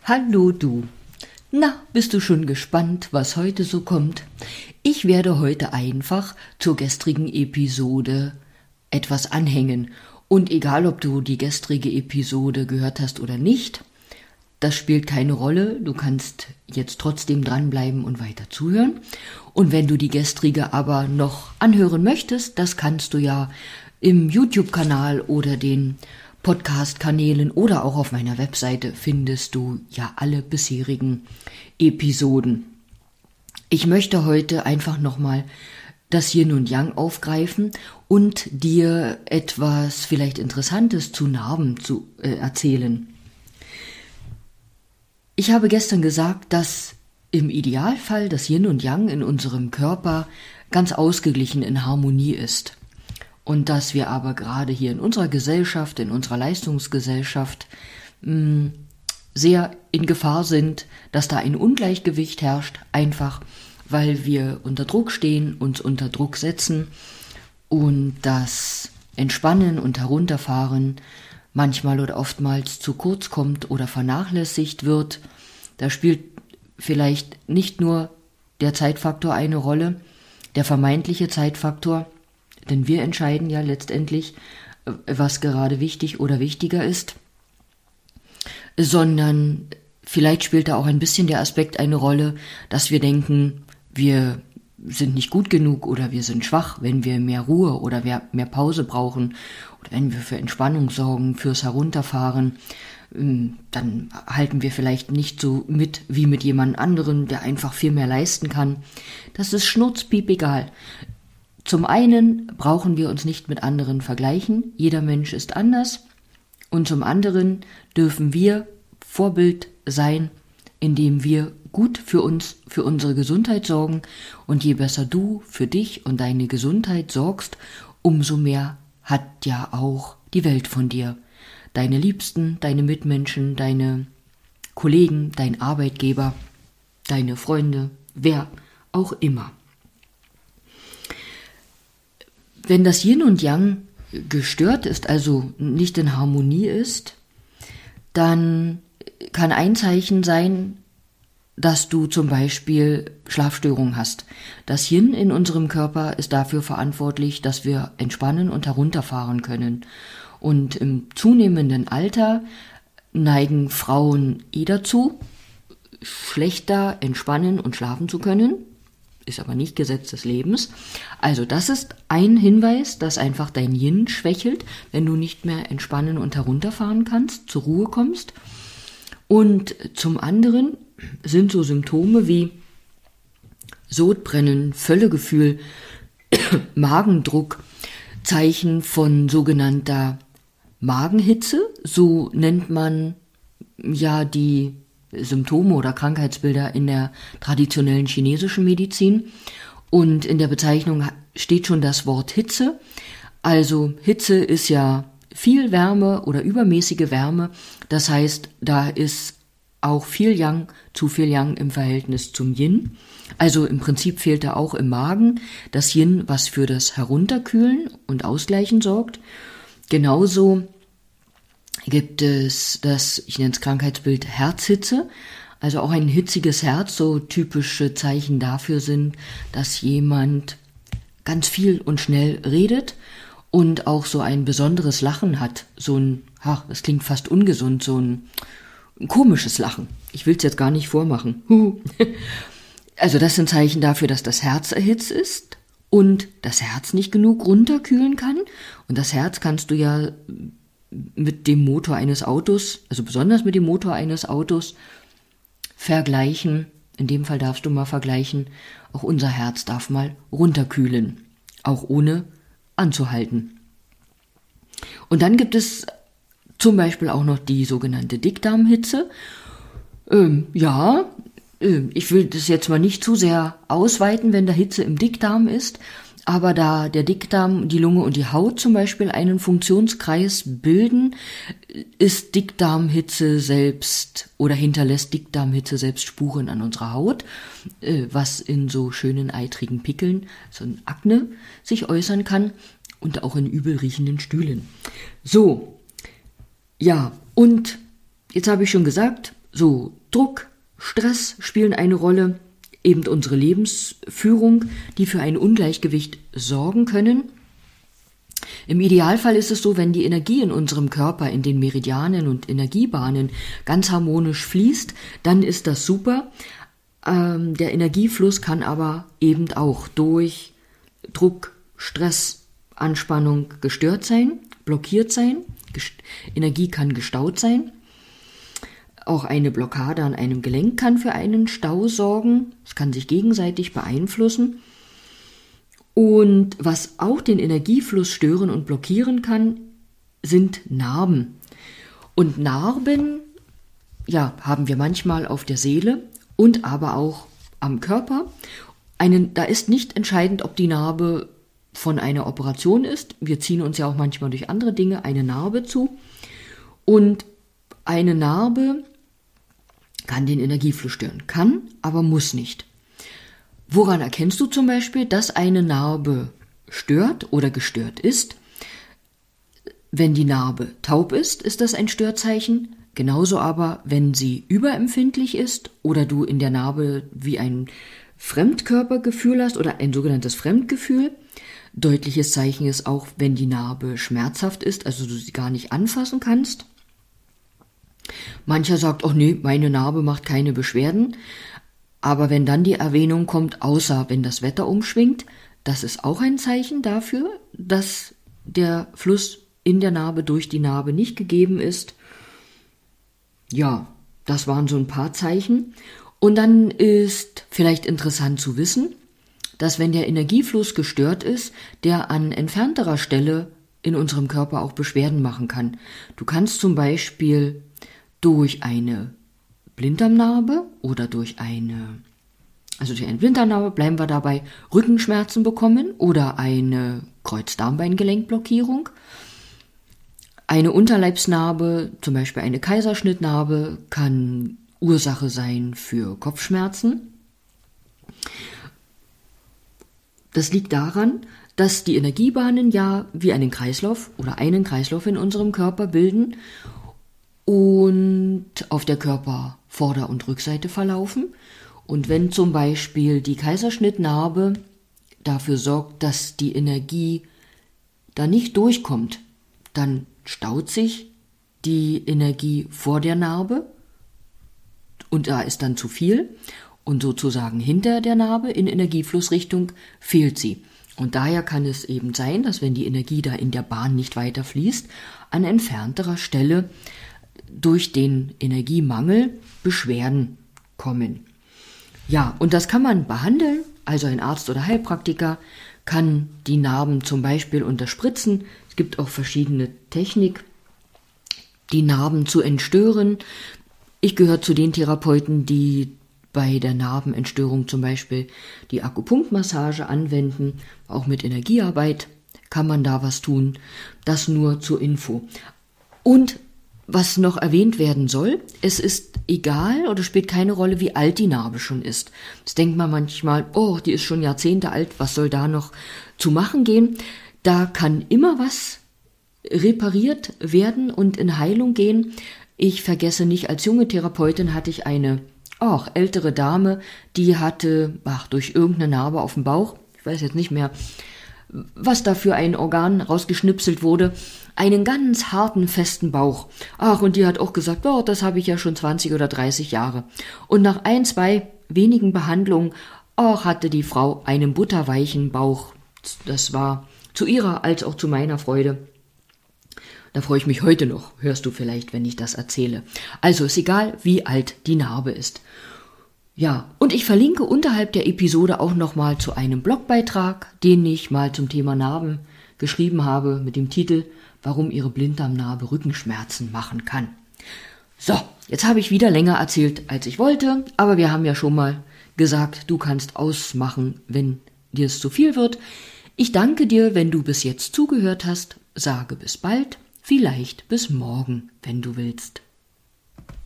Hallo du. Na, bist du schon gespannt, was heute so kommt? Ich werde heute einfach zur gestrigen Episode etwas anhängen. Und egal, ob du die gestrige Episode gehört hast oder nicht, das spielt keine Rolle. Du kannst jetzt trotzdem dranbleiben und weiter zuhören. Und wenn du die gestrige aber noch anhören möchtest, das kannst du ja im YouTube-Kanal oder den Podcast-Kanälen oder auch auf meiner Webseite findest du ja alle bisherigen Episoden. Ich möchte heute einfach nochmal das Yin und Yang aufgreifen und dir etwas vielleicht Interessantes zu Narben erzählen. Ich habe gestern gesagt, dass im Idealfall das Yin und Yang in unserem Körper ganz ausgeglichen in Harmonie ist. Und dass wir aber gerade hier in unserer Gesellschaft, in unserer Leistungsgesellschaft, sehr in Gefahr sind, dass da ein Ungleichgewicht herrscht, einfach weil wir unter Druck stehen, uns unter Druck setzen und das Entspannen und Herunterfahren manchmal oder oftmals zu kurz kommt oder vernachlässigt wird. Da spielt vielleicht nicht nur der Zeitfaktor eine Rolle, der vermeintliche Zeitfaktor, denn wir entscheiden ja letztendlich, was gerade wichtig oder wichtiger ist, sondern vielleicht spielt da auch ein bisschen der Aspekt eine Rolle, dass wir denken, wir sind nicht gut genug oder wir sind schwach, wenn wir mehr Ruhe oder mehr Pause brauchen oder wenn wir für Entspannung sorgen, fürs Herunterfahren, dann halten wir vielleicht nicht so mit wie mit jemand anderem, der einfach viel mehr leisten kann. Das ist schnurzpiep egal. Zum einen brauchen wir uns nicht mit anderen vergleichen, jeder Mensch ist anders, und zum anderen dürfen wir Vorbild sein, indem wir gut für uns, für unsere Gesundheit sorgen, und je besser du für dich und deine Gesundheit sorgst, umso mehr hat ja auch die Welt von dir. Deine Liebsten, deine Mitmenschen, deine Kollegen, dein Arbeitgeber, deine Freunde, wer auch immer. Wenn das Yin und Yang gestört ist, also nicht in Harmonie ist, dann kann ein Zeichen sein, dass du zum Beispiel Schlafstörungen hast. Das Yin in unserem Körper ist dafür verantwortlich, dass wir entspannen und herunterfahren können. Und im zunehmenden Alter neigen Frauen dazu, schlechter entspannen und schlafen zu können. Ist aber nicht Gesetz des Lebens. Also das ist ein Hinweis, dass einfach dein Yin schwächelt, wenn du nicht mehr entspannen und herunterfahren kannst, zur Ruhe kommst. Und zum anderen sind so Symptome wie Sodbrennen, Völlegefühl, Magendruck, Zeichen von sogenannter Magenhitze, so nennt man ja die Symptome oder Krankheitsbilder in der traditionellen chinesischen Medizin. Und in der Bezeichnung steht schon das Wort Hitze. Also Hitze ist ja viel Wärme oder übermäßige Wärme. Das heißt, da ist auch viel Yang, zu viel Yang im Verhältnis zum Yin. Also im Prinzip fehlt da auch im Magen das Yin, was für das Herunterkühlen und Ausgleichen sorgt. Genauso gibt es das, ich nenne es Krankheitsbild Herzhitze, also auch ein hitziges Herz, so typische Zeichen dafür sind, dass jemand ganz viel und schnell redet und auch so ein besonderes Lachen hat, so ein, das klingt fast ungesund, so ein komisches Lachen. Ich will es jetzt gar nicht vormachen. Also das sind Zeichen dafür, dass das Herz erhitzt ist und das Herz nicht genug runterkühlen kann. Und das Herz kannst du ja mit dem Motor eines Autos, also besonders mit dem Motor eines Autos, vergleichen. In dem Fall darfst du mal vergleichen, auch unser Herz darf mal runterkühlen, auch ohne anzuhalten. Und dann gibt es zum Beispiel auch noch die sogenannte Dickdarmhitze. Ich will das jetzt mal nicht zu sehr ausweiten, wenn da Hitze im Dickdarm ist, aber da der Dickdarm, die Lunge und die Haut zum Beispiel einen Funktionskreis bilden, ist Dickdarmhitze selbst oder hinterlässt Dickdarmhitze selbst Spuren an unserer Haut, was in so schönen eitrigen Pickeln, so ein Akne, sich äußern kann und auch in übel riechenden Stühlen. So, ja, und jetzt habe ich schon gesagt, So, Druck, Stress spielen eine Rolle, eben unsere Lebensführung, die für ein Ungleichgewicht sorgen können. Im Idealfall ist es so, wenn die Energie in unserem Körper, in den Meridianen und Energiebahnen ganz harmonisch fließt, dann ist das super. Der Energiefluss kann aber eben auch durch Druck, Stress, Anspannung gestört sein, blockiert sein. Energie kann gestaut sein. Auch eine Blockade an einem Gelenk kann für einen Stau sorgen. Es kann sich gegenseitig beeinflussen. Und was auch den Energiefluss stören und blockieren kann, sind Narben. Und Narben, ja, haben wir manchmal auf der Seele und aber auch am Körper. Da ist nicht entscheidend, ob die Narbe von einer Operation ist. Wir ziehen uns ja auch manchmal durch andere Dinge eine Narbe zu. Und eine Narbe kann den Energiefluss stören. Kann, aber muss nicht. Woran erkennst du zum Beispiel, dass eine Narbe stört oder gestört ist? Wenn die Narbe taub ist das ein Störzeichen. Genauso aber, wenn sie überempfindlich ist oder du in der Narbe wie ein Fremdkörpergefühl hast oder ein sogenanntes Fremdgefühl. Deutliches Zeichen ist auch, wenn die Narbe schmerzhaft ist, also du sie gar nicht anfassen kannst. Mancher sagt, ach nee, meine Narbe macht keine Beschwerden. Aber wenn dann die Erwähnung kommt, außer wenn das Wetter umschwingt, das ist auch ein Zeichen dafür, dass der Fluss in der Narbe durch die Narbe nicht gegeben ist. Ja, das waren so ein paar Zeichen. Und dann ist vielleicht interessant zu wissen, dass wenn der Energiefluss gestört ist, der an entfernterer Stelle in unserem Körper auch Beschwerden machen kann. Du kannst zum Beispiel durch eine Blinddarmnarbe oder durch eine Blinddarmnarbe, bleiben wir dabei, Rückenschmerzen bekommen oder eine Kreuzdarmbeingelenkblockierung. Eine Unterleibsnarbe, zum Beispiel eine Kaiserschnittnarbe, kann Ursache sein für Kopfschmerzen. Das liegt daran, dass die Energiebahnen ja wie einen Kreislauf in unserem Körper bilden und auf der Körpervorder- und Rückseite verlaufen. Und wenn zum Beispiel die Kaiserschnittnarbe dafür sorgt, dass die Energie da nicht durchkommt, dann staut sich die Energie vor der Narbe und da ist dann zu viel und sozusagen hinter der Narbe in Energieflussrichtung fehlt sie. Und daher kann es eben sein, dass wenn die Energie da in der Bahn nicht weiter fließt, an entfernterer Stelle durch den Energiemangel Beschwerden kommen. Ja, und das kann man behandeln, also ein Arzt oder Heilpraktiker kann die Narben zum Beispiel unterspritzen. Es gibt auch verschiedene Technik, die Narben zu entstören. Ich gehöre zu den Therapeuten, die bei der Narbenentstörung zum Beispiel die Akupunktmassage anwenden. Auch mit Energiearbeit kann man da was tun. Das nur zur Info. Und was noch erwähnt werden soll, es ist egal oder spielt keine Rolle, wie alt die Narbe schon ist. Das denkt man manchmal, oh, die ist schon Jahrzehnte alt, was soll da noch zu machen gehen? Da kann immer was repariert werden und in Heilung gehen. Ich vergesse nicht, als junge Therapeutin hatte ich eine ältere Dame, die hatte durch irgendeine Narbe auf dem Bauch, ich weiß jetzt nicht mehr, was da für ein Organ rausgeschnipselt wurde, einen ganz harten, festen Bauch. Und die hat auch gesagt, das habe ich ja schon 20 oder 30 Jahre. Und nach 2 wenigen Behandlungen, hatte die Frau einen butterweichen Bauch. Das war zu ihrer als auch zu meiner Freude. Da freue ich mich heute noch, hörst du vielleicht, wenn ich das erzähle. Also ist egal, wie alt die Narbe ist. Ja, und ich verlinke unterhalb der Episode auch nochmal zu einem Blogbeitrag, den ich mal zum Thema Narben geschrieben habe, mit dem Titel Warum Ihre Blinddarmnarbe Rückenschmerzen machen kann. So, jetzt habe ich wieder länger erzählt, als ich wollte, aber wir haben ja schon mal gesagt, du kannst ausmachen, wenn dir es zu viel wird. Ich danke dir, wenn du bis jetzt zugehört hast, sage bis bald, vielleicht bis morgen, wenn du willst.